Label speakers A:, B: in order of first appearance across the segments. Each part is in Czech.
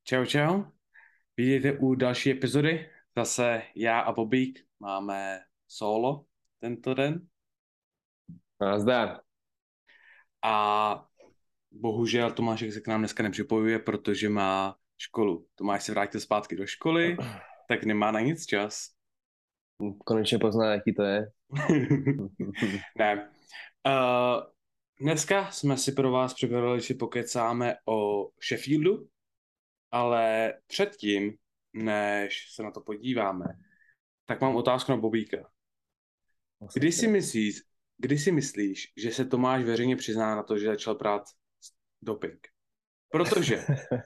A: Čau, čau. Vidíte u další epizody. Zase já a Bobík máme solo tento den.
B: Nazdar.
A: A bohužel Tomášek se k nám dneska nepřipojuje, protože má školu. Tomáš se vrátil zpátky do školy, tak nemá na nic čas.
B: Konečně pozná, jaký to je.
A: Ne. Uh, Dneska jsme si pro vás připravili, že si pokecáme o Sheffieldu, ale předtím, než se na to podíváme, tak mám otázku na Bobíka. Kdy si myslíš, že se Tomáš veřejně přizná na to, že začal brát doping? Protože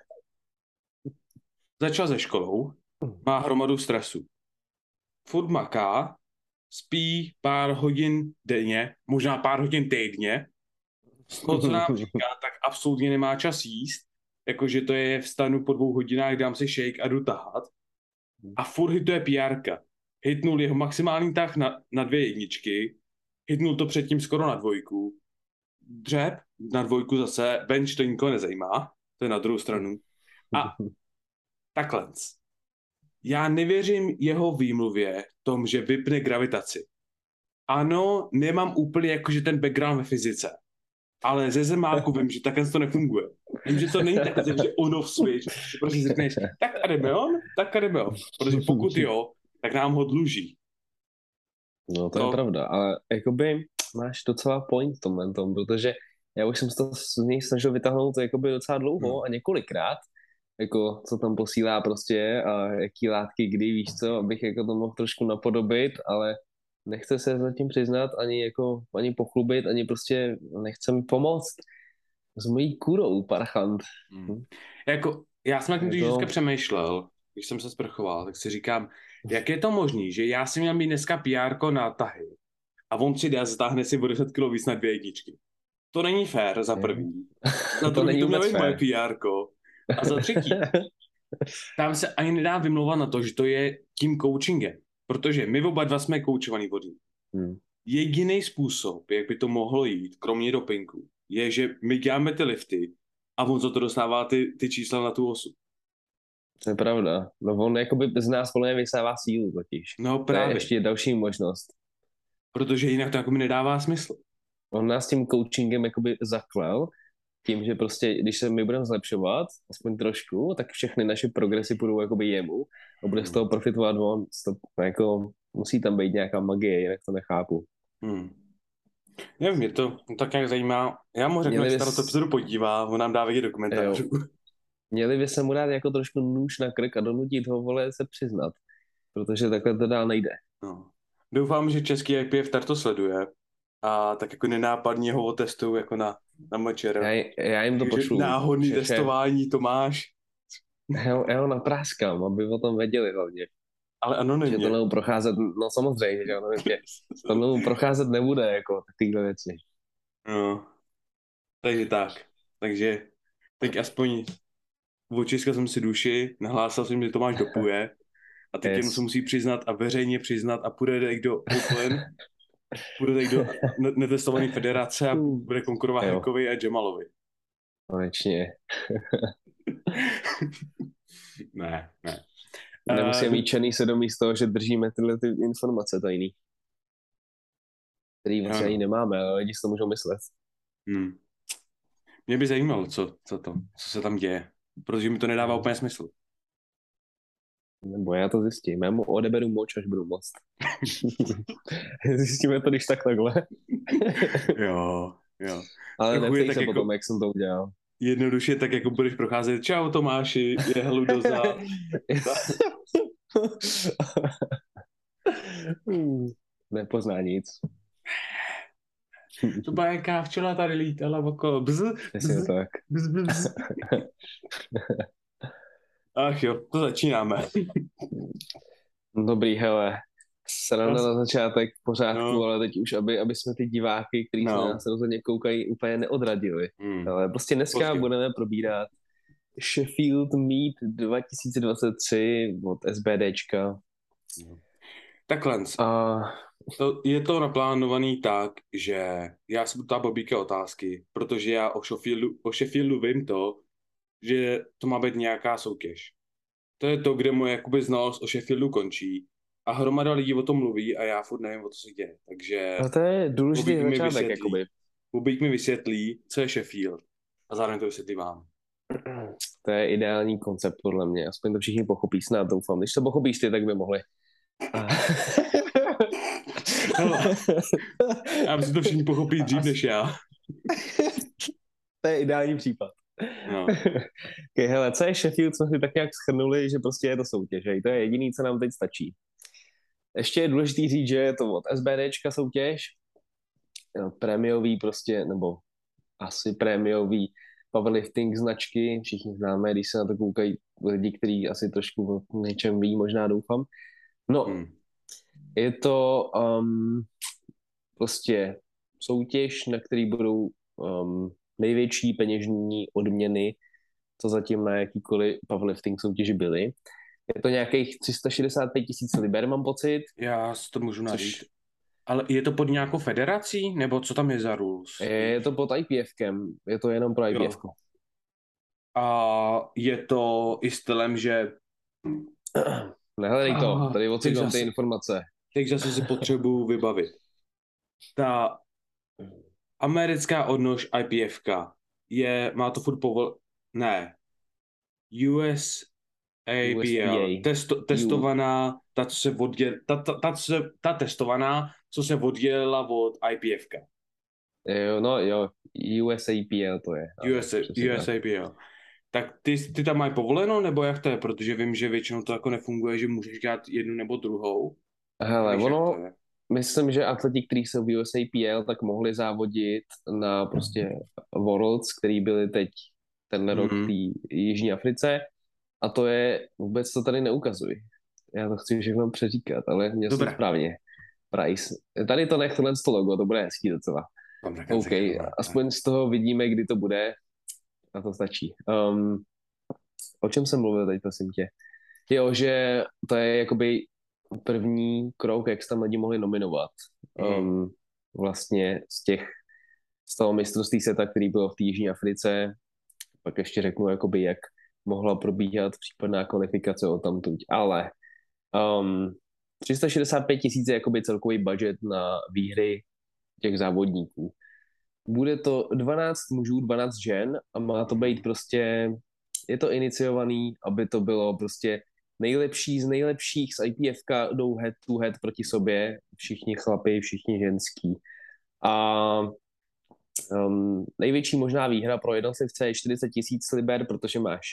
A: začal ze školou, má hromadu stresu. Furt maká, spí pár hodin denně, možná pár hodin týdně. Z toho, co nám říká, tak absolutně nemá čas jíst. Jakože to je vstanu po 2 hodinách, dám si shake a jdu tahat. A furt hituje PR-ka. Hitnul jeho maximální tah na 2 jedničky, hitnul to předtím skoro na 2. Dřep na 2 zase, bench to nikoho nezajímá, to je na druhou stranu. A takhle. Já nevěřím jeho výmluvě tom, že vypne gravitaci. Ano, nemám úplně jakože ten background ve fyzice, ale ze zemáku vím, že takhle to nefunguje. Vím, že to není takhle, že on-off switch, že prostě řekneš, tak a jdeme on, tak a jdeme on. Protože pokud jo, tak nám ho dluží.
B: No to je pravda, ale jakoby máš docela point v tomhle tom, protože já už jsem se to z něj snažil vytáhnout jakoby docela dlouho a několikrát, jako co tam posílá prostě a jaký látky kdy, víš co, abych jako to mohl trošku napodobit, ale nechce se zatím přiznat, ani pochlubit, ani prostě nechce mi pomoct s mojí kurou, parchant.
A: Jako, já jsem na tím vždycky přemýšlel, když jsem se sprchoval, tak si říkám, jak je to možný, že já si měl mít dneska PR na tahy a on přijde a zatáhne si o 10 kilo víc na 2 jedničky. To není fér, za první. Za druhý to mělo být moje PR. A za třetí, tam se ani nedá vymlouvat na to, že to je tím coachingem. Protože my oba dva jsme koučovaný vodní. Jediný způsob, jak by to mohlo jít, kromě dopinku, je, že my děláme ty lifty a on za to dostává ty čísla na tu osu.
B: To je pravda. No on jakoby z nás podle mě vysává sílu totiž.
A: No právě.
B: To je ještě další možnost.
A: Protože jinak to jako mi nedává smysl.
B: On nás tím coachingem jakoby zaklel, tím, že prostě, když se my budeme zlepšovat, aspoň trošku, tak všechny naše progresy půjdou jakoby jemu a bude z toho profitovat on. Jako, musí tam být nějaká magie, jinak to nechápu.
A: Nevím, mě to tak nějak zajímá. Já mu řeknu, že se na to epizodu podívá, on nám dá vědět do komentářů.
B: Měli by se mu dát jako trošku nůž na krk a donutit ho, vole, se přiznat. Protože takhle to dál nejde.
A: No. Doufám, že český IPF to sleduje a tak jako nenápadně ho otestují jako na MČR.
B: Já jim to pošlu.
A: Náhodný testování Tomáš.
B: Já ho napráskám, aby o tom věděli hlavně.
A: Ale anonymně.
B: Že tohle procházet, no samozřejmě, že anonymně. Tohle procházet nebude, jako takovýhle věci.
A: No. Takže tak. Takže teď aspoň očiskal jsem si duši, nahlásil jsem, že Tomáš dopuje a teď jenom se musí přiznat a veřejně přiznat a půjde do Open, půjde do netestované federace a bude konkurovat Hekovi a Jamalovi.
B: Konečně.
A: Ne.
B: Nemusíme mít černý svědomí z toho, že držíme tyhle ty informace tajný. Který vlastně ani nemáme, ale lidi si to můžou myslet.
A: Mě by zajímalo, co se tam děje, protože mi to nedává úplně smysl.
B: Nebo já to zjistím. Já mu odeberu moč, až budu moct. Zjistíme to, když takhle.
A: Jo.
B: Ale neptej se potom, jak jsem to udělal.
A: Jednoduše tak, jako budeš procházet. Čau Tomáši, je Ludoza.
B: Nepozná nic.
A: To byla jaká včela tady lítala okolo. Bzz.
B: Tak.
A: Bzz. Ach jo, to začínáme.
B: Dobrý, hele. Sranda na začátek v pořádku, ale teď už, aby jsme ty diváky, kteří se nás rozhodně koukají, úplně neodradili. Ale prostě dneska budeme probírat Sheffield Meet 2023 od SBDčka.
A: Takhle. Je to naplánovaný tak, že já se budu ptát Bobíka otázky, protože já o Sheffieldu vím to, že to má být nějaká soutěž. To je to, kde moje jakoby znalost o Sheffieldu končí. A hromada lidí o tom mluví a já furt nevím, o co se děje. Takže
B: Ale to je důležitý začátek, jakoby.
A: Bubík mi vysvětlí, co je Sheffield. A zároveň to vysvětlí vám.
B: To je ideální koncept, podle mě. Aspoň to všichni pochopí, snad doufám. Když to pochopíš ty, tak by mohli.
A: Já myslím, to všichni pochopí dřív než já.
B: To je ideální případ.
A: No.
B: Okay, hele, co je Sheffield, jsme si tak nějak shrnuli, že prostě je to soutěž. To je jediný, co nám teď stačí. Ještě je důležitý říct, že je to od SBDčka soutěž, prémiový prostě, nebo asi prémiový powerlifting značky, všichni známe, když se na to koukají lidi, kteří asi trošku o něčem ví, možná doufám. No, je to prostě soutěž, na který budou největší peněžní odměny, co zatím na jakýkoliv powerlifting soutěži byly. Je to nějakých 365 000 liber, mám pocit.
A: Já si to můžu najít. Ale je to pod nějakou federací? Nebo co tam je za rules?
B: Je to pod IPFkem. Je to jenom pro IPFko.
A: A je to i stylem, že...
B: Nehledej to, tady ocitám ty informace.
A: Teď zase si potřebuji vybavit. Ta americká odnož IPFka má to furt Ne. USAPL. Testovaná, ta testovaná, co se oddělila od IPFka.
B: Jo, USAPL to je.
A: USAPL. Tak ty tam mají povoleno, nebo jak to je? Protože vím, že většinou to jako nefunguje, že můžeš dělat jednu nebo druhou.
B: Hele, myslím, že atleti, kteří jsou v USAPL, tak mohli závodit na prostě Worlds, který byly teď ten rok v té Jižní Africe. A to je, vůbec to tady neukazuji. Já to chci všechno přeříkat, ale mě to správně. Price. Tady to nech tohle logo, to bude hezký docela. OK, aspoň z toho vidíme, kdy to bude. A to stačí. O čem jsem mluvil teď, prosím tě? Jo, že to je jakoby první krok, jak se tam lidi mohli nominovat. Vlastně z toho mistrovství světa, který bylo v té Jižní Africe. Pak ještě řeknu, jakoby, jak mohla probíhat případná kvalifikace o tamtuť. Ale 365 000 je jakoby celkový budget na výhry těch závodníků. Bude to 12 mužů, 12 žen a má to být prostě, je to iniciovaný, aby to bylo prostě nejlepší z nejlepších z IPFka jdou head to head proti sobě, všichni chlapi, všichni ženský. A největší možná výhra pro jednotlivce je 40 000 liber, protože máš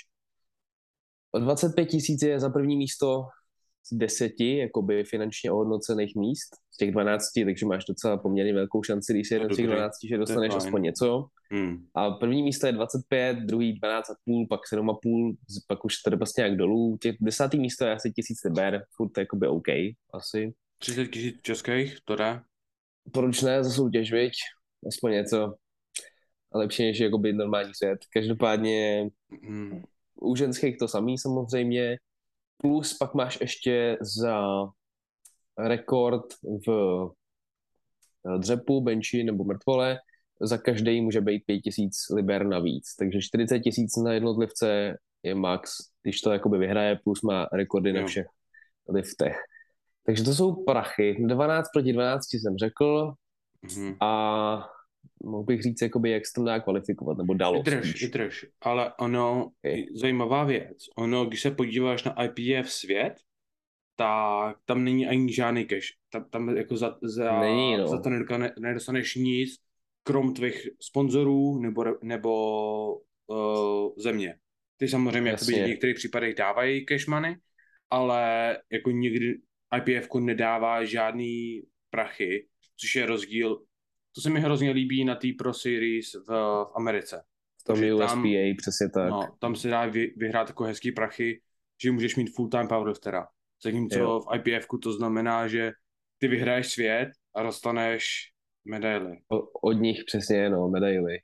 B: 25 000 je za první místo z 10 jakoby finančně ohodnocených míst, z těch 12, takže máš docela poměrně velkou šanci, když jsi jeden z těch 12, že dostaneš aspoň něco. A první místo je 25, druhý 12,5, pak 7,5, pak už to jde prostě nějak dolů. Těch 10. místo je asi 1000 liber, furt jakoby OK, asi.
A: 30 000 českých, to dá.
B: Proč ne, za soutěž, viď? Aspoň něco. A lepší než jakoby normální svět. Každopádně u ženských to samý samozřejmě. Plus pak máš ještě za rekord v dřepu, benči nebo mrtvole, za každý může být 5000 liber navíc. Takže 40 000 na jednotlivce je max, když to jakoby vyhraje, plus má rekordy na všech liftech. Takže to jsou prachy. 12 proti 12 jsem řekl a mohl bych říct, jakoby, jak se tam dá kvalifikovat, nebo dalo.
A: Vydrž, ale ono, zajímavá věc, když se podíváš na IPF svět, tak tam není ani žádný cash. Tam jako za to nedostaneš nic, krom tvých sponzorů nebo země. Ty samozřejmě v některých případech dávají cash money, ale jako nikdy IPF nedává žádný prachy, což je rozdíl. To se mi hrozně líbí na té Pro Series v Americe.
B: V tom USPA, přesně tak.
A: No, tam se dá vyhrát jako hezký prachy, že můžeš mít full-time powerliftera. Zatímco v IPFku to znamená, že ty vyhraješ svět a dostaneš medaily.
B: Od nich přesně, medaily.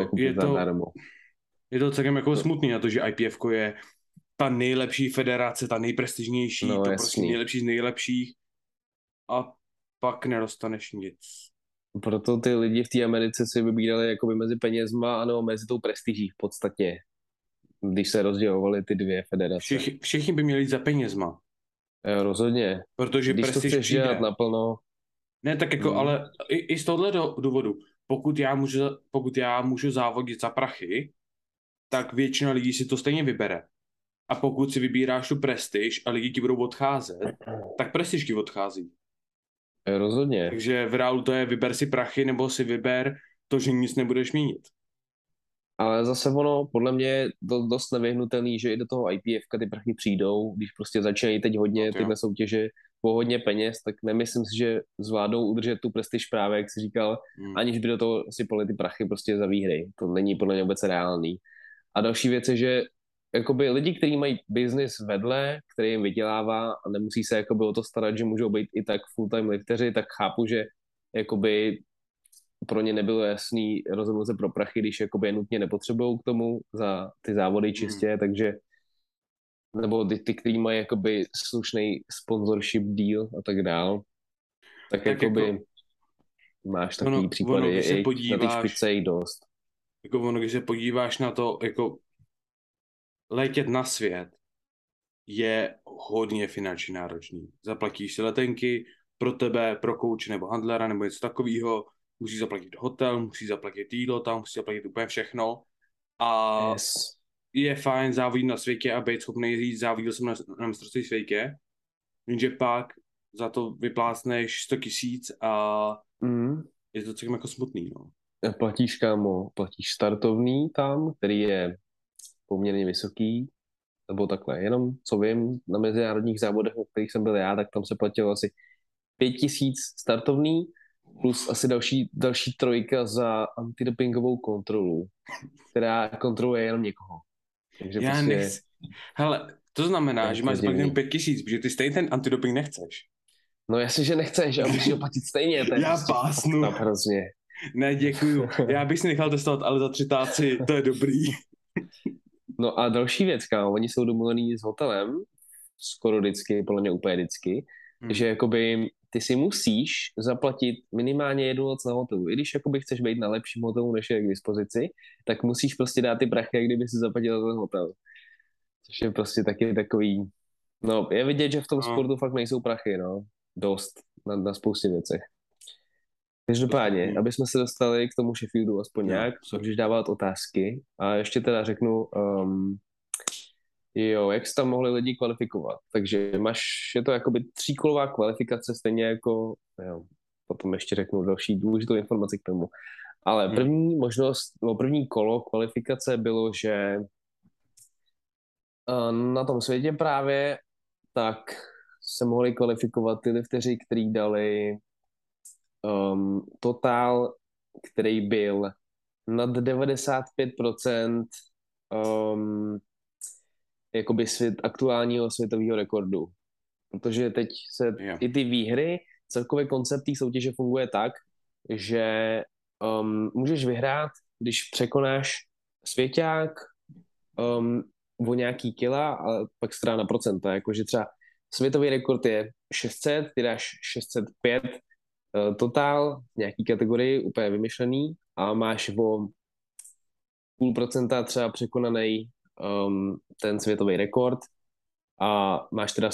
A: Je to celkem jako smutný na to, že IPFko je ta nejlepší federace, ta nejprestižnější, prostě nejlepší z nejlepších a pak nedostaneš nic.
B: Proto ty lidi v té Americe si vybírali jakoby mezi penězma, ano, mezi tou prestiží v podstatě. když se rozdělovaly ty dvě federace.
A: Všichni by měli jít za penězma,
B: Rozhodně.
A: protože
B: Když to
A: prestiž
B: chceš dělat
A: přijde.
B: naplno,
A: Ne, tak jako, ale i z tohohle důvodu, pokud já můžu závodit za prachy, tak většina lidí si to stejně vybere. A pokud si vybíráš tu prestiž a lidi ti budou odcházet, tak prestiž ti odchází.
B: rozhodně.
A: Takže v reálu to je vyber si prachy nebo si vyber to, že nic nebudeš mínit.
B: Ale zase ono, podle mě je dost nevyhnutelný, že i do toho IPF ty prachy přijdou, když prostě začínají teď hodně tyhle soutěže po hodně peněz, tak nemyslím si, že zvládnou udržet tu prestiž právě, jak jsi říkal, aniž by do toho sypali ty prachy prostě za výhry. To není podle mě vůbec reálný. A další věc je, že jakoby lidi, kteří mají biznis vedle, který jim vydělává a nemusí se jakoby o to starat, že můžou být i tak full-time lifteři, tak chápu, že jakoby pro ně nebylo jasný rozhodnout se pro prachy, když jakoby je nutně nepotřebují k tomu za ty závody čistě, takže nebo ty kteří mají jakoby slušný sponsorship deal a tak dál, tak jakoby jako, máš takový případy,
A: když se
B: na té špičce je dost.
A: Jako ono, když se podíváš na to, jako letět na svět je hodně finančně náročný. Zaplatíš si letenky pro tebe, pro kouče nebo handlera nebo něco takového, musíš zaplatit hotel, musíš zaplatit jídlo tam, musíš zaplatit úplně všechno. A je fajn závodit na světě a být schopný říct, závodil jsem na mistrovství světě, jenže pak za to vyplácneš 100 000 a je to celkem jako smutný, no.
B: Platíš, kámo, platíš startovný tam, který je poměrně vysoký, nebo takhle, jenom co vím, na mezinárodních závodech, na kterých jsem byl já, tak tam se platilo asi 5000 startovný, plus asi další trojka za antidopingovou kontrolu, která kontroluje jenom někoho. Takže
A: já
B: prostě...
A: nechci. Hele, to znamená, že máš zaplatit 5 000, protože ty stejně ten antidoping nechceš.
B: No jasně, že nechceš, a musíš ho platit stejně. To je
A: já prostě pásnu.
B: Hrozně.
A: Ne, děkuju. Já bych si nechal testovat, ale za 3 táci to je dobrý.
B: No a další věc, kámo, oni jsou domluvený s hotelem, skoro vždycky, podle mě úplně vždycky, že jakoby ty si musíš zaplatit minimálně 1 noc na hotelu. I když jakoby chceš být na lepším hotelu, než je k dispozici, tak musíš prostě dát ty prachy, jak kdyby si zaplatil ten hotel. Což je prostě taky takový... No, je vidět, že v tom sportu fakt nejsou prachy, no. Dost. Na spoustě věcech. Každopádně, aby jsme se dostali k tomu Sheffieldu aspoň nějak, můžeš dávat otázky. A ještě teda řeknu, jak se tam mohli lidi kvalifikovat. Takže je to jakoby 3kolová kvalifikace, stejně jako, potom ještě řeknu další důležitou informaci k tomu. Ale první kolo kvalifikace bylo, že na tom světě právě tak se mohli kvalifikovat ty lifteři, kteří dali totál, který byl nad 95% jakoby aktuálního světového rekordu. Protože teď se i ty výhry, celkově koncept té soutěže funguje tak, že můžeš vyhrát, když překonáš svěťák o nějaký kila a pak strana procenta. Jakože třeba světový rekord je 600, ty dáš 605 totál v nějaký kategorii, úplně vymyšlený a máš o 0,5% třeba překonaný ten světový rekord a máš teda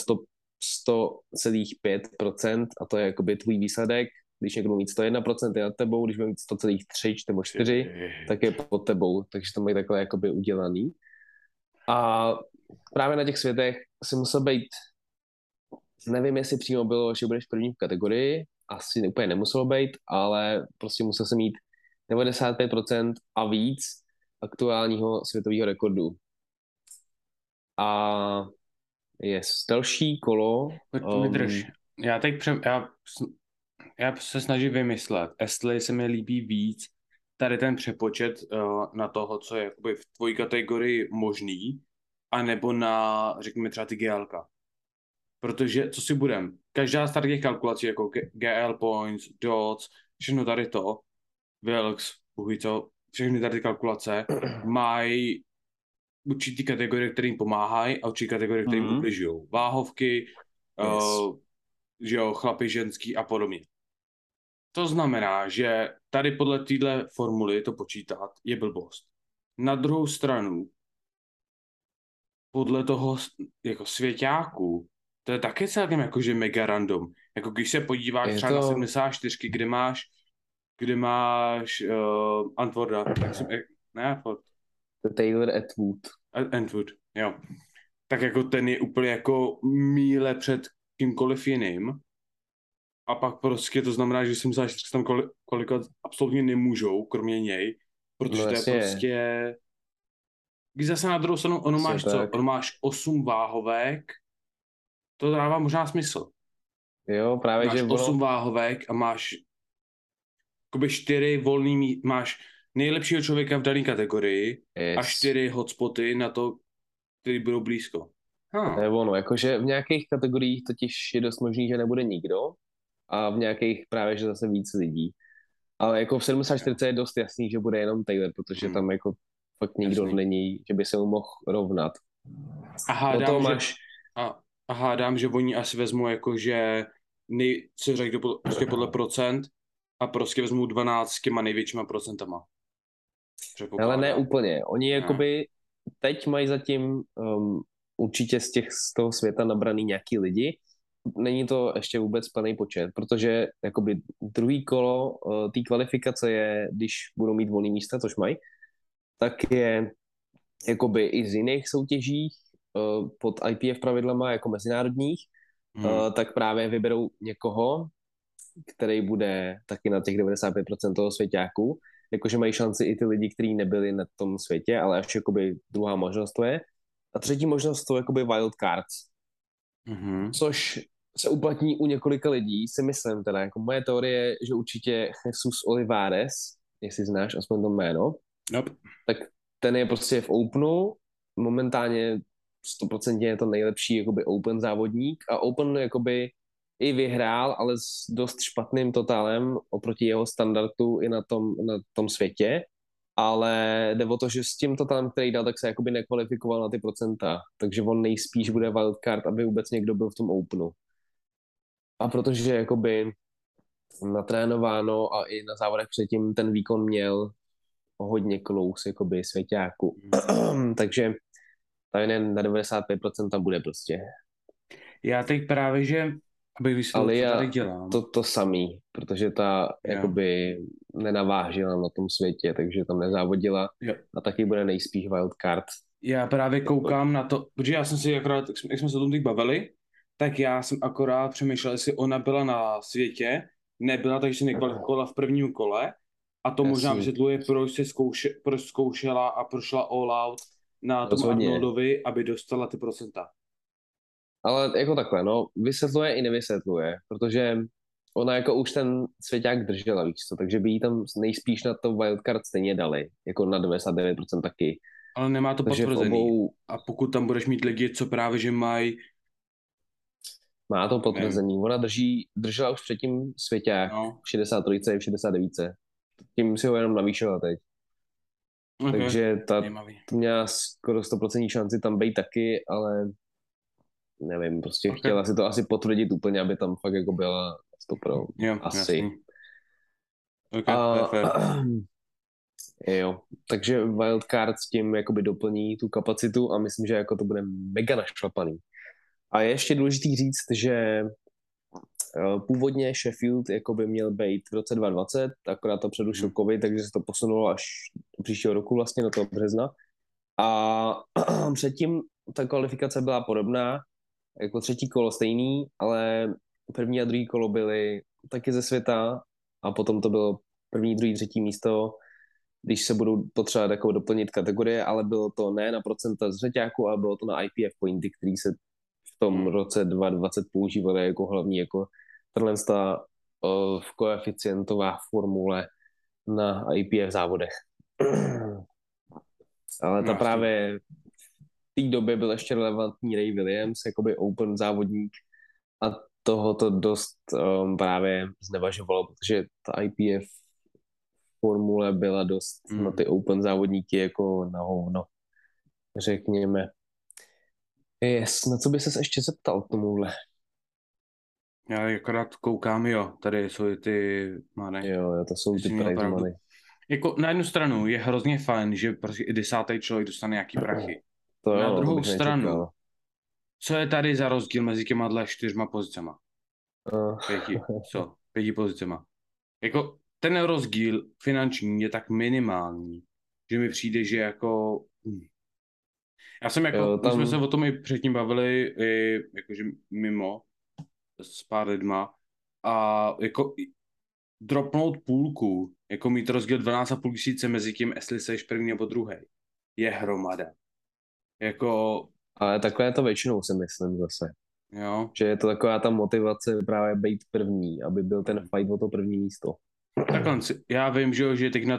B: 100,5% a to je jakoby tvůj výsledek. Když někdo mít 101% je nad tebou, když bude mít 100,3 nebo 4, tak je pod tebou, takže to mají takhle jakoby udělaný. A právě na těch světech si musel být, nevím, jestli přímo bylo, že budeš první v kategorii, asi úplně nemuselo být, ale prostě musel jsem mít 95% a víc aktuálního světového rekordu. A další kolo...
A: Vydrž. Já se snažím vymyslet, jestli se mi líbí víc tady ten přepočet na toho, co je jakoby v tvojí kategorii možný, anebo na, řekněme třeba ty GLka. Protože, co si budem, každá z těch kalkulací, jako GL points, dots, všechno tady to, Wilks, všechny tady ty kalkulace mají určitý kategorie, které jim pomáhají a určitý kategorie, které jim ubližují. Váhovky, že jo, chlapi, ženský a podobně. To znamená, že tady podle téhle formuly to počítat je blbost. Na druhou stranu, podle toho jako svěťáku, to je taky celkem jakože mega random. Jako když se podíváš
B: Je
A: třeba na
B: to
A: 74, kde máš Antworda, ne Antword,
B: Taylor Atwood.
A: Antwood, jo. Tak jako ten je úplně jako míle před kýmkoliv jiným. A pak prostě to znamená, že 74 tam kolikrát absolutně nemůžou, kromě něj, protože
B: No
A: to je
B: jasně,
A: prostě. Když zase na druhou stranu, ono
B: jasně
A: máš co?
B: tak.
A: Ono máš 8 váhovek, to dává možná smysl.
B: Jo, právě,
A: Máš
B: že
A: 8
B: ono,
A: váhovek a máš jakoby 4 máš nejlepšího člověka v dané kategorii a
B: yes,
A: 4 hotspoty na to, který budou blízko.
B: to je
A: Huh.
B: ono, jakože v nějakých kategoriích totiž je dost možný, že nebude nikdo a v nějakých právě, že zase víc lidí. Ale jako v
A: Jo.
B: 74 je dost jasný, že bude jenom Taylor, protože
A: Hmm.
B: tam jako fakt nikdo
A: Jasný.
B: není, že by se mu mohl rovnat.
A: A
B: Do toho
A: hádám, že
B: máš,
A: a hádám, že oni asi vezmou jako, že co řekl prostě podle procent a prostě vezmou 12 s těma největšíma procentama.
B: ale ne
A: Předpokládám.
B: úplně. Oni
A: Ne.
B: jakoby teď mají zatím určitě z toho světa nabraný nějaký lidi. Není to ještě vůbec plný počet, protože jakoby druhý kolo té kvalifikace je, když budou mít volné místa, což mají, tak je jakoby i z jiných soutěží pod IPF pravidlama jako mezinárodních,
A: Hmm.
B: tak právě vyberou někoho, který bude taky na těch 95% toho svěťáku, jakože mají šanci i ty lidi, kteří nebyli na tom světě, ale až jakoby druhá možnost to je. A třetí možnost to je jakoby wild cards,
A: Mhm.
B: což se uplatní u několika lidí, si myslím teda, jako moje teorie je, že určitě Jesus Olivares, jestli znáš aspoň to jméno,
A: Nope.
B: tak ten je prostě v Openu, momentálně 100% je to nejlepší jakoby Open závodník a Open jakoby i vyhrál, ale s dost špatným totálem oproti jeho standardu i na tom světě, ale jde o to, že s tím totálem, který dal, tak se jakoby nekvalifikoval na ty procenta, takže on nejspíš bude wildcard, aby vůbec někdo byl v tom Openu. A protože jakoby natrénováno a i na závodech předtím ten výkon měl hodně close, jakoby svěťáku. Takže tady na 95% tam bude prostě.
A: Já teď právě, že abych vysvětlil,
B: Ale
A: co
B: já
A: tady dělám.
B: to samý, protože ta
A: Jo.
B: jakoby nenavážila na tom světě, takže tam nezávodila
A: Jo.
B: a taky bude nejspíš wildcard.
A: Já právě koukám na to, protože já jsem si akorát, jak jsme se o tom teď bavili, tak já jsem akorát přemýšlel, jestli ona byla na světě, nebyla, takže se nekvalifikovala v prvním kole a to možná
B: Jasný,
A: vysvětluje, proč zkoušela a prošla all out na tom
B: rozhodně.
A: Arnoldovi, aby dostala ty procenta.
B: Ale jako takhle, no, vysvětluje i nevysvětluje, protože ona jako už ten svěťák držela, víš co, takže by jí tam nejspíš na to wildcard stejně dali, jako na 99% taky.
A: Ale nemá to
B: Takže v
A: potvrzený.
B: obou
A: A pokud tam budeš mít lidi, co právě, že mají,
B: má to
A: nevím,
B: potvrzení. Ona držela už předtím svěťák
A: no,
B: v 63 i v 69. Tím si ho jenom navýšila teď.
A: ok,
B: Takže ta
A: zajímavý.
B: měla skoro 100% šanci tam být taky, ale nevím, prostě
A: Ok,
B: chtěla si to asi potvrdit úplně, aby tam fakt jako byla 100 pro.
A: jo,
B: Asi.
A: jasný. Ok, to je
B: A
A: fair.
B: jo, takže wildcard s tím jakoby doplní tu kapacitu a myslím, že jako to bude mega našlapaný. A je ještě důležitý říct, že původně Sheffield jako by měl být v roce 2020, akorát to předušil
A: Mhm.
B: covid, takže se to posunulo až do příštího roku vlastně, do toho března. A předtím ta kvalifikace byla podobná, jako třetí kolo stejný, ale první a druhý kolo byly taky ze světa a potom to bylo první, druhý, třetí místo, když se budou potřebovat jako doplnit kategorie, ale bylo to ne na procenta z řeťáku, ale bylo to na IPF pointy, který se v tom roce 2020 používaly jako hlavní jako tato v koeficientová formule na IPF závodech. Ale ta
A: Jasný.
B: právě v té době byl ještě relevantní Ray Williams, jakoby open závodník a toho to dost právě znevažovalo, protože ta IPF formule byla dost na ty open závodníky jako na hovno, řekněme. Yes, na co by ses ještě zeptal k tomuhle?
A: Já akorát koukám, jo, tady jsou ty mane.
B: Jo, to jsou ty prize money.
A: Jako na jednu stranu je hrozně fajn, že prostě i 10. člověk dostane nějaký prachy.
B: To
A: Na
B: jo, no, to
A: druhou
B: bych
A: stranu,
B: nečekal.
A: co je tady za rozdíl mezi těma 4 pozicema?
B: Uh,
A: 5 pozicema. Jako ten rozdíl finanční je tak minimální, že mi přijde, že jako... Já jsem jako,
B: jo,
A: my jsme se
B: tam,
A: o tom i předtím bavili, i jakože mimo, s pár lidma, a jako dropnout půlku, jako mít rozdíl 12,5 tisíce mezi tím, jestli seš první nebo druhý, je hromada. Jako,
B: ale takhle je to většinou, si myslím zase.
A: jo.
B: Že je to taková ta motivace právě být první, aby byl ten fight o to první místo.
A: Takhle, já vím, že, jo, že teď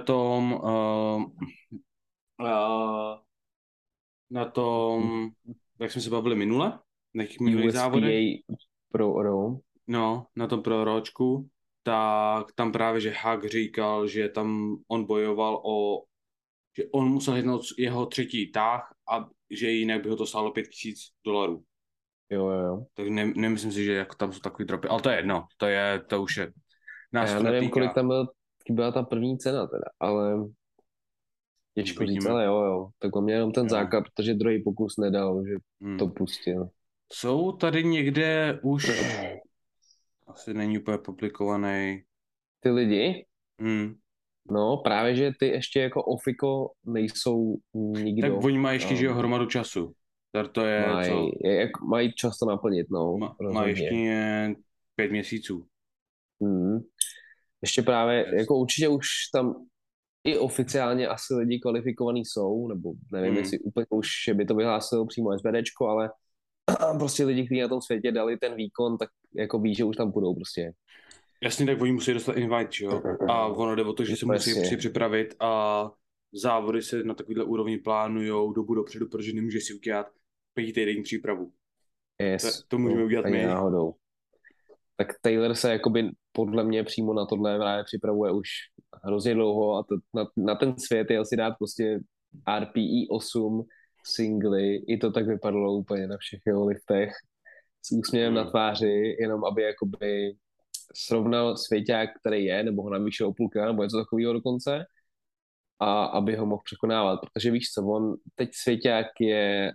A: uh, na tom, jak jsme se bavili minule, na těch minulých závodech,
B: USPA pro Rome.
A: no, na tom proročku, tak tam právě, že Hak říkal, že tam on bojoval že on musel hitnout jeho třetí tah a že jinak by ho to stálo $5,000.
B: Jo, jo, jo.
A: Tak nemyslím si, že jako tam jsou takový dropy, ale to je jedno, to už je,
B: A
A: nás
B: já
A: to
B: nevím, kolik
A: netýká.
B: tam byla ta první cena teda, ale těžko říct,
A: Uvidíme,
B: ale jo, jo. Tak on měl jenom ten
A: jo.
B: základ, protože druhý pokus nedal, že to
A: Hmm.
B: pustil.
A: Jsou tady někde už, asi není úplně publikovaný.
B: Ty lidi,
A: Hmm.
B: no právě, že ty ještě jako ofiko nejsou
A: Tak
B: nikdo.
A: oni mají ještě, že jo, hromadu času. Tak to je co?
B: Mají čas to naplnit, no,
A: Má ještě
B: rozhodně.
A: 5 měsíců.
B: Hmm. Ještě právě,
A: Yes.
B: jako určitě už tam i oficiálně asi lidi kvalifikovaný jsou, nebo nevím,
A: Hmm.
B: jestli úplně už že by to vyhlásilo přímo SBDčko, ale prostě lidi, kteří na tom světě dali ten výkon, tak jako ví, že už tam půjdou prostě.
A: Jasně, tak oni musí dostat invite, že jo? A ono jde o to, že se
B: No,
A: musí
B: jasně.
A: připravit a závody se na takovýhle úrovni plánujou dobu dopředu, protože nemůže si udělat 5týdenní přípravu.
B: Yes.
A: To můžeme udělat
B: Ani
A: my.
B: náhodou. Tak Taylor se jakoby podle mě přímo na tohle právě připravuje už hrozně dlouho a na ten svět jel si dát prostě RPE 8 singly, i to tak vypadalo úplně na všech jeho liftech s úsměvem na tváři, jenom aby jakoby srovnal svěťák, který je, nebo ho navýšil o půlka, nebo něco takového dokonce, a aby ho mohl překonávat, protože víš co, on teď svěťák je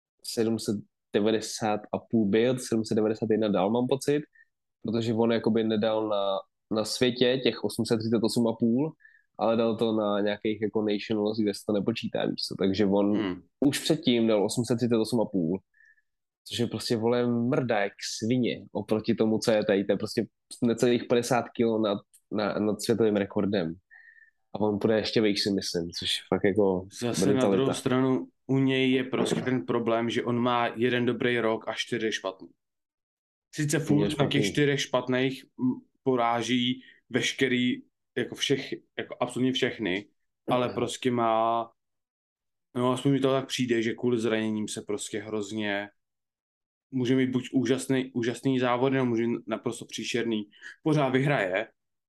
B: 790 a půl build, 791 dal, mám pocit, protože on jakoby nedal na světě těch 838,5, ale dal to na nějakých jako nationals, kde se to nepočítá, víš co, takže on už předtím dal 838,5, což je prostě, vole, mrda jak svině oproti tomu, co je tady, to je prostě necelých 50 kg nad světovým rekordem. A on půjde ještě výš, si myslím, což fakt jako
A: Zase na druhou
B: brutalita.
A: stranu u něj je prostě ten problém, že on má jeden dobrý rok a 4 špatný. Sice furt na těch 4 špatných poráží veškerý, jako absolutně všechny, ale prostě má, no aspoň mi to tak přijde, že kvůli zraněním se prostě hrozně může mít buď úžasný závod, nebo může mít naprosto příšerný. Pořád vyhraje,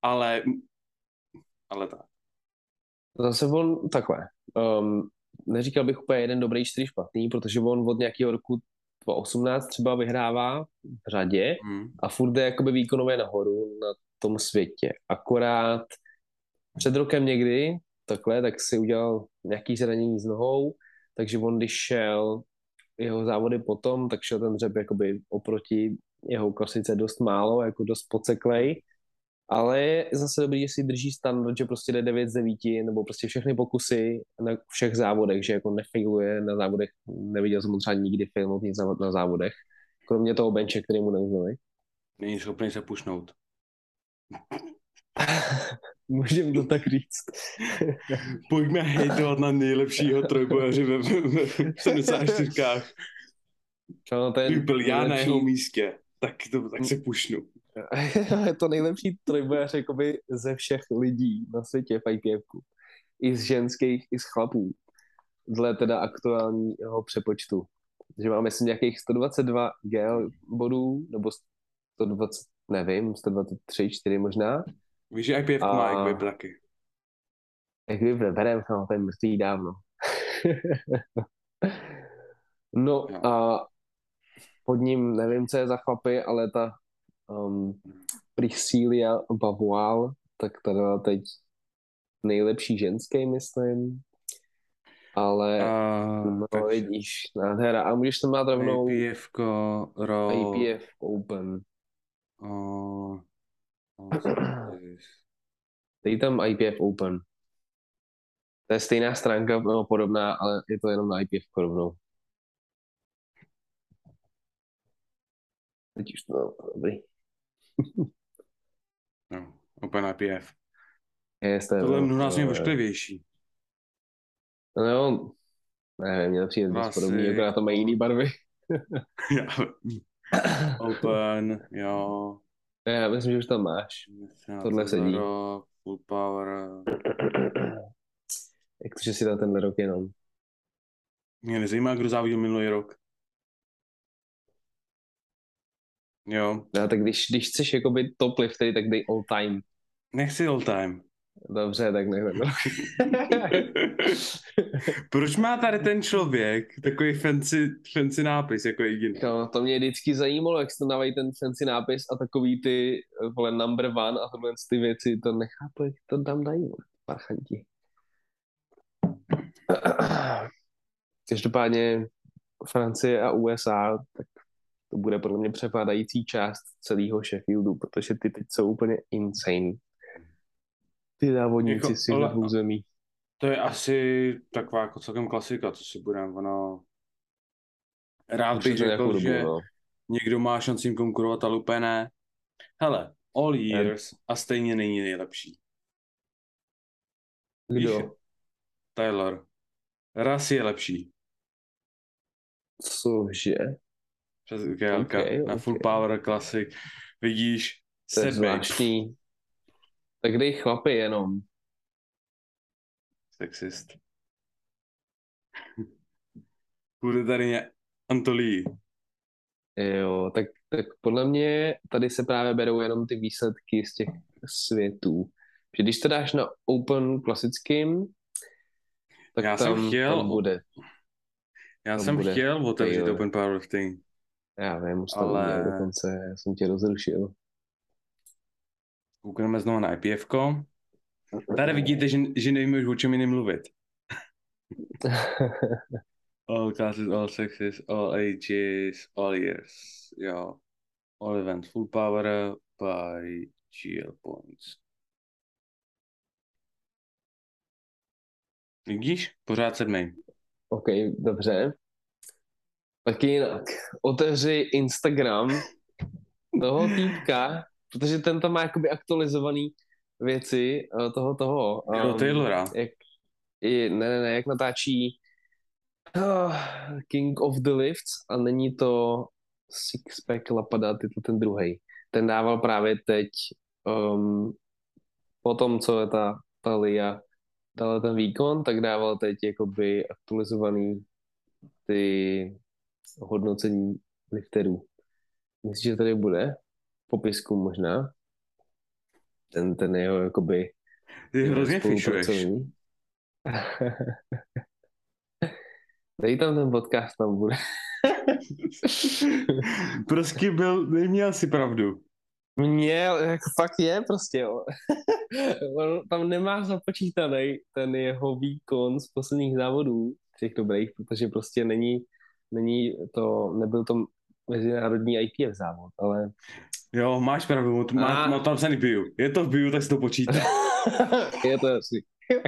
A: ale tak.
B: Zase on takhle. Neříkal bych úplně jeden dobrý, 4 špatný, protože on od nějakého roku 2018 třeba vyhrává v řadě a furt jde jakoby výkonově nahoru na tom světě. Akorát před rokem někdy, takhle, tak si udělal nějaký zranění s nohou, takže on, když šel jeho závody potom, tak šel ten dřep jakoby oproti jeho klasice dost málo, jako dost podseklej, ale je zase dobrý, že si drží standard, že prostě jde 9 z 9, nebo prostě všechny pokusy na všech závodech, že jako nefailuje na závodech, neviděl jsem ho třeba nikdy failnout nic na závodech, kromě toho benče, který mu neuznali.
A: Není schopný se pušnout.
B: Můžeme to tak říct.
A: Pojďme hejtovat na nejlepšího trojbojaře ve 74. Kdybych byl já na jeho místě, tak se pušnu.
B: Je to nejlepší trojbojař jakoby ze všech lidí na světě v IPF-ku. I z ženských, i z chlapů. Dle teda aktuálního přepočtu. Že máme myslím nějakých 122 GL bodů, nebo 120, nevím, 123, 4 možná.
A: Víš, že IPF má equip taky.
B: Equip neberem, no, ten mrtvý dávno. No
A: Jo.
B: a pod ním nevím, co je za chlapy, ale ta Priscilla Bavoil, tak teda teď nejlepší ženský, myslím. Ale no
A: takže
B: vidíš, nádhera. A můžeš tam dát rovnou
A: IPF-ko, roll,
B: IPF Open.
A: oh, what's this?
B: Dej tam IPF Open. To je stejná stránka, no, podobná, ale je to jenom na IPF rovnou. Teď už to dobrý.
A: No, Open IPF. Tohle je
B: No,
A: mnohonásobně ošklivější.
B: no, nevím, mě to přijde dost podobný, jako na to mají jiný barvy.
A: Open, jo.
B: Já myslím, že už tam máš. Tohle sedí.
A: Rok, full power.
B: Jak to, že si dal tenhle rok jenom?
A: Mě nezajímá, kdo závodil minulý rok. Jo.
B: No, tak když chceš jakoby top liftery, tak dej all time.
A: Nechci all time.
B: Dobře, tak nech ten rok.
A: Proč má tady ten člověk takový fancy nápis jako jediný?
B: No, to mě vždycky zajímalo, jak se tam dávají ten fancy nápis a takový ty, vole, number one a tohle ty věci, to nechápu, jak to tam dají, vole, parchanti. Každopádně Francie a USA, tak to bude podle mě přepadající část celého Sheffieldu, protože ty teď jsou úplně insane. Ty závodníci
A: Jako,
B: z těch dvou zemí.
A: To je asi taková jako celkem klasika, co si budeme, ono... Rád bych řekl, že někdo má šanci jim konkurovat, ale úplně ne. Hele, all years a stejně není nejlepší.
B: Kdo?
A: Víš, Taylor. Raz je lepší.
B: Cože?
A: Přes okay. Na Full Power Classic. Vidíš,
B: to je zvláštní. Tak dej chlapy jenom.
A: Sexist. Bude tady Antolí.
B: Jo, tak podle mě tady se právě berou jenom ty výsledky z těch světů. Že když to dáš na Open klasickým, tak
A: já
B: tam,
A: jsem chtěl,
B: tam bude.
A: Já jsem chtěl otevřít Open Powerlifting.
B: Já vím, už to uměl dokonce, já jsem tě rozrušil.
A: Koukneme znovu na IPF-ko. Tady vidíte, že nevíme už o čem jiným mluvit. All classes, all sexes, all ages, all years. Jo. All events, full power by GL points. Vidíš? Pořád 7.
B: OK, dobře. Tak jinak, otevři Instagram toho týpka, protože ten tam má jakoby aktualizovaný věci toho.
A: Taylora.
B: Jak natáčí King of the Lifts a není to Sixpack Lapadat, je to ten druhej. Ten dával právě teď po tom, co je ta Lia dala ten výkon, tak dával teď jakoby aktualizovaný ty hodnocení lifterů. Myslíš, že tady bude? Popisku možná? Ten jeho jakoby...
A: Ty hrozně fišuješ.
B: Dej tam ten podcast, tam bude.
A: Prostě neměl si pravdu.
B: Měl, jako fakt je prostě, jo. On tam nemá započítaný ten jeho výkon z posledních závodů, těch dobrých, protože prostě nebyl to mezinárodní IPF závod, ale...
A: Jo, máš pravdu, má tam se bio. Je to v bio, tak si to počítá.
B: Je to asi.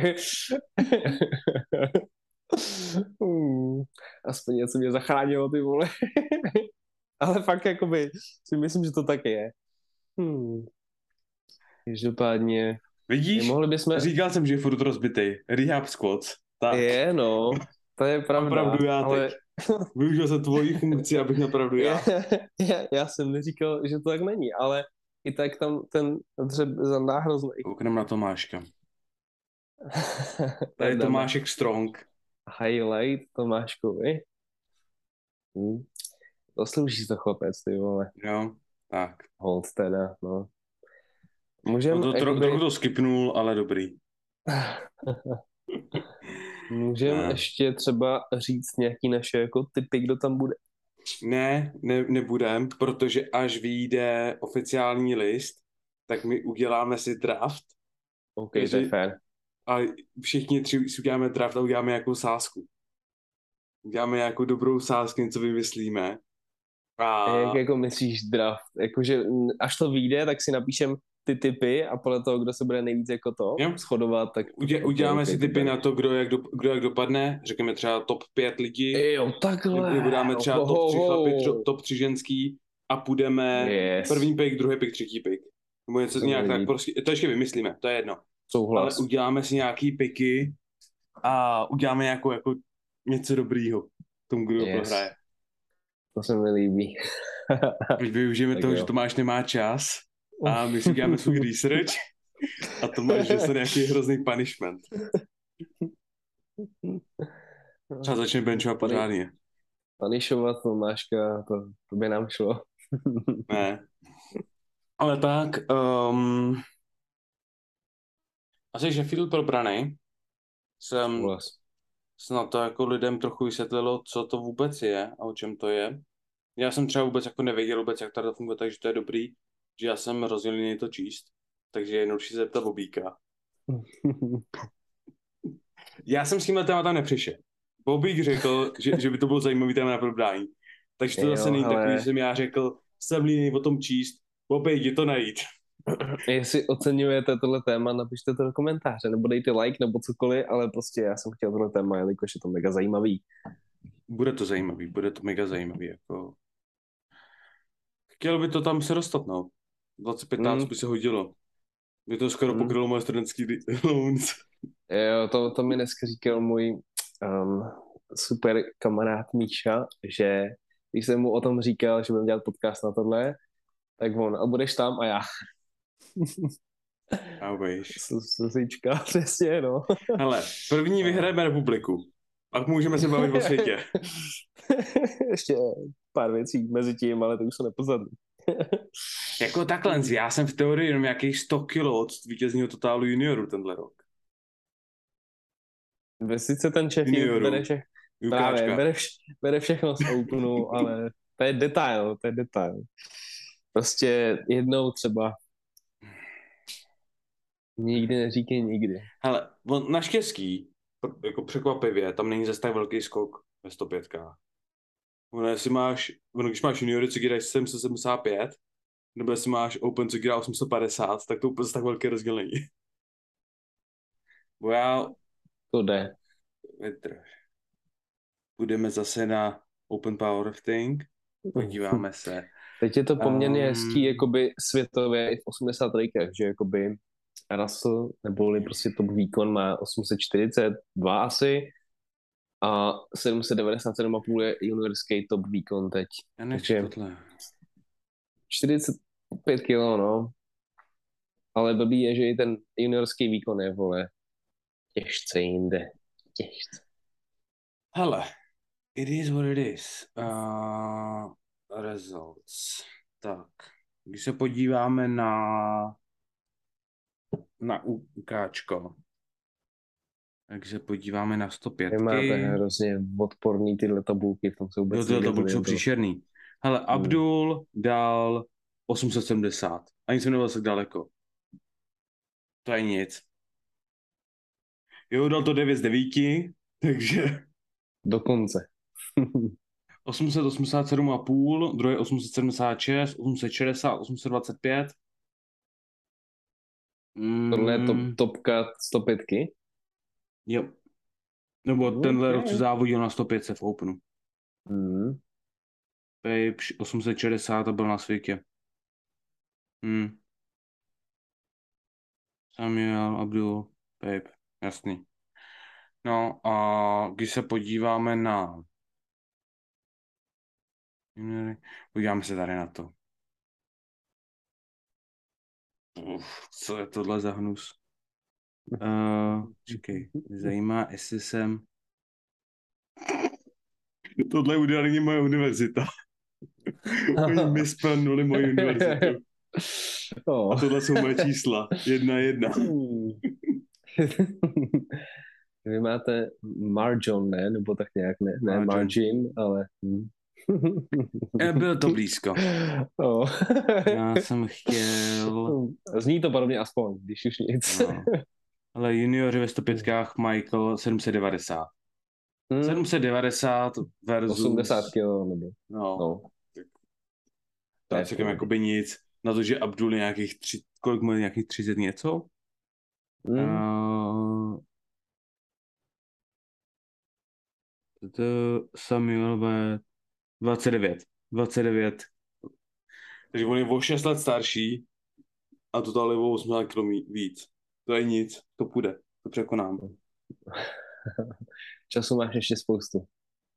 B: Aspoň něco mě zachránilo, ty vole. Ale fakt jakoby si myslím, že to tak je. Každopádně...
A: Vidíš? Říkal jsem, že je furt rozbitej. Rehab squats. Tak.
B: Je, no. To je pravda.
A: Opravdu já ale... teď. Využil jsem tvoji funkci, abych napravdu já.
B: Já jsem neříkal, že to tak není, ale i tak tam ten dřeb zandá hrozný.
A: Koukneme na Tomáška. Tady je Tomášek Strong.
B: Highlight Tomáškovi. Zaslouží to chlapec, ty vole.
A: Jo, tak.
B: Hold teda, no.
A: Trochu to skipnul, ale dobrý.
B: Můžeme ještě třeba říct nějaký naše jako typy, kdo tam bude?
A: Nebudem, protože až vyjde oficiální list, tak my uděláme si draft.
B: OK, to je fair.
A: a všichni tři si uděláme draft a uděláme nějakou sázku. Uděláme nějakou dobrou sázku, něco vymyslíme.
B: A jak
A: A
B: jako myslíš draft? Jakože až to vyjde, tak si napíšem ty typy a podle toho, kdo se bude nejvíc jako to
A: jo,
B: shodovat, tak
A: uděláme si
B: to
A: tipy
B: bereš.
A: na to, kdo jak dopadne. Řekněme třeba top 5 lidí,
B: Jo, takhle.
A: nebo dáme třeba top 3 chlapy, top 3 ženský a půjdeme
B: Yes.
A: první pick, druhý pick, třetí pick. Nebo něco
B: To
A: nějak
B: bude
A: tak
B: líp.
A: prostě, to ještě vymyslíme, to je jedno. Ale
B: Souhlas.
A: uděláme si nějaký picky a uděláme nějakou jako něco dobrýho tomu, kdo prohraje.
B: To se mi líbí.
A: Když využijeme
B: Tak
A: toho,
B: jo.
A: že Tomáš nemá čas a my si děláme svůj research a Tomáš dostane nějaký hrozný punishment. Třeba začne benchovat pořádně.
B: Panišovat Tomáška, to by nám šlo.
A: Ne. Ale tak, asi Sheffield probraný. Jsem
B: Souhlas.
A: snad to jako lidem trochu vysvětlilo, co to vůbec je a o čem to je. Já jsem třeba vůbec jako nevěděl vůbec, jak to funguje, takže to je dobrý, že já jsem rozdělený to číst. Takže jednoduše se zeptat Bobíka. Já jsem s tímhle tématem nepřišel. Bobík řekl, že by to bylo zajímavý téma na probrání. Takže to zase není takový, že jsem já řekl, jsem líný o tom číst, Bobík, jdi to najít.
B: Jestli oceňujete tohle téma, napište to do komentáře, nebo dejte like, nebo cokoliv, ale prostě já jsem chtěl tohle téma, jelikož je to mega zajímavý.
A: Bude to zajímavý, bude to mega zajímavý. Jako... Chtěl by to tam se dostat, no. 25 by se hodilo. By to skoro pokrylo moje studentský loans.
B: Jo, to mi dneska říkal můj super kamarád Míša, že když jsem mu o tom říkal, že budeme dělat podcast na tohle, tak on, a budeš tam a já.
A: A víš.
B: Susička, přesně, no.
A: Hele, první vyhrajeme republiku. Pak můžeme se bavit o světě.
B: Ještě pár věcí mezi tím, ale to už se nepozadí.
A: Jako takhle, já jsem v teorii jenom nějakých 100 kilo od vítězního totálu junioru tenhle rok.
B: Sice ten Sheffield bere všechno z Openu, ale to je detail. Prostě jednou třeba nikdy neříkej nikdy.
A: Hele, naštěstí, jako překvapivě, tam není zase tak velký skok ve 105. Když máš juniory, co dělají 775, nebo jestli máš Open, co dělá 850, tak to úplně tak velké rozdělení. Bo já...
B: To jde.
A: Půjdeme zase na Open Powerlifting, podíváme se.
B: Teď je to poměrně hezký, jakoby světově i v 83, že jakoby Russell, neboli prostě top výkon má 842 asi a 797,5 je juniorský top výkon teď.
A: Já nechci tohle.
B: 45 kilo, no. Ale blbý je, že i ten juniorský výkon je, vole, těžce jinde. Těžce.
A: Hele, it is what it is. Results. Tak, když se podíváme na UKčko, tak se podíváme na 105.
B: Vy máte hrozně odporný tyhle tabulky, v tom se vůbec
A: tyhle tabulky jsou příšerný. Hele, Abdul dal 870. Ani jsem nebyl tak daleko. To je nic. Jo, dal to 9 z 9, takže...
B: Dokonce.
A: 887,5, druhé 876, 860, 825.
B: Tohle je topka 105.
A: Jo. Nebo tenhle rok se závodil na 105 v Openu. Pape 860 a byl na světě. Samuel, Abdul, Pape, jasný. No a když se podíváme na... Podíváme se tady na to. Co je tohle za hnus? Čekej, zajímá, jestli jsem... Tohle udělali moje univerzita. Oni mi splnuli moji univerzitu. A tohle jsou moje čísla. 1-1.
B: Vy máte Margin, ne? Nebo tak nějak, ne? Ne Margin, ale...
A: Bylo to blízko. Já jsem chtěl...
B: Zní to podobně aspoň, když už nic.
A: Ale junioři ve 105 Michael 790. 790 versus
B: 80 kg nebo.
A: no.
B: To je
A: Tak říkám jakoby nic. Na to, že Abdul je nějakých kolik má nějakých 30 něco? To Samuel má 29. 29. Takže on je o 6 let starší a to je o 8 kg víc. To je nic, to půjde, to překonám.
B: Času máš ještě spoustu.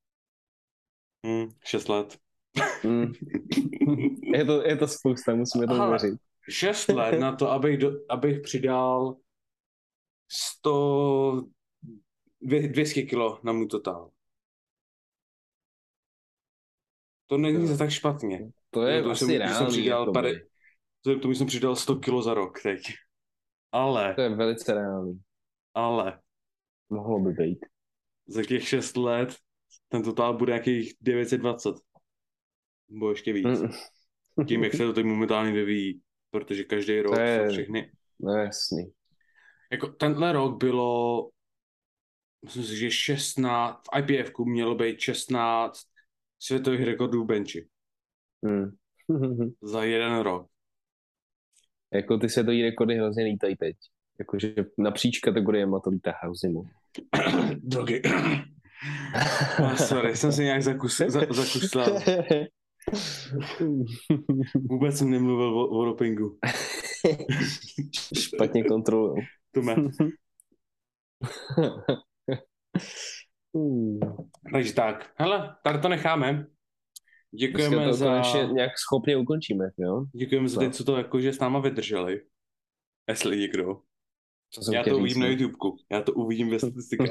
A: 6 let.
B: Je to spousta, musíme to uvěřit.
A: 6 let na to, abych přidal 200 kilo na můj totál. To není za tak špatně.
B: To je asi reálný.
A: K tomu jsem přidal 100 kilo za rok teď. Ale.
B: To je velice reálný.
A: Ale.
B: Mohlo by být.
A: Za těch 6 let ten totál bude nějakých 920. Nebo ještě víc. Tím, jak se to teď momentálně vyvíjí. Protože každý rok jsou všechny.
B: No jasný.
A: Jako tenhle rok bylo, myslím si, že 16, v IPF-ku mělo být 16 světových rekordů v benchi. Za jeden rok.
B: Jako ty světový rekordy hrozně lítají teď. Jakože napříč kategoriemi to lítá hrozně moc.
A: Drogy. Sorry, jsem se nějak zakuslal. Vůbec jsem nemluvil o dopingu.
B: Špatně kontroluju.
A: Takže tak. Hele, tady to necháme. Děkujeme
B: to
A: za...
B: nějak schopně ukončíme, jo?
A: Děkujeme za ty, co to jakože s náma vydrželi. Jestli někdo. Já to uvidím na YouTubeku. Já to uvidím ve statistikách.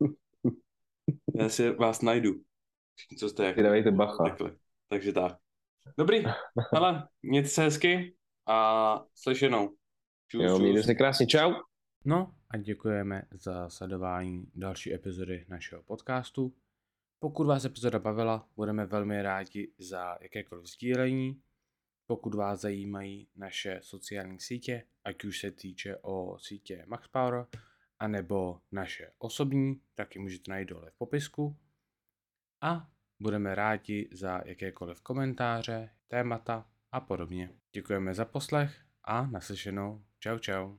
A: Já si vás najdu. Co jste jako...
B: Dávejte bacha.
A: Takhle. Takže tak. Dobrý. Hele, mějte se hezky a slyšenou.
B: Čus, jo, mějte se krásně. Čau.
A: No a děkujeme za sledování další epizody našeho podcastu. Pokud vás epizoda bavila, budeme velmi rádi za jakékoliv sdílení. Pokud vás zajímají naše sociální sítě, ať už se týče o sítě MaxPower, anebo naše osobní, tak ji můžete najít dole v popisku. A budeme rádi za jakékoliv komentáře, témata a podobně. Děkujeme za poslech a naslyšenou. Čau čau.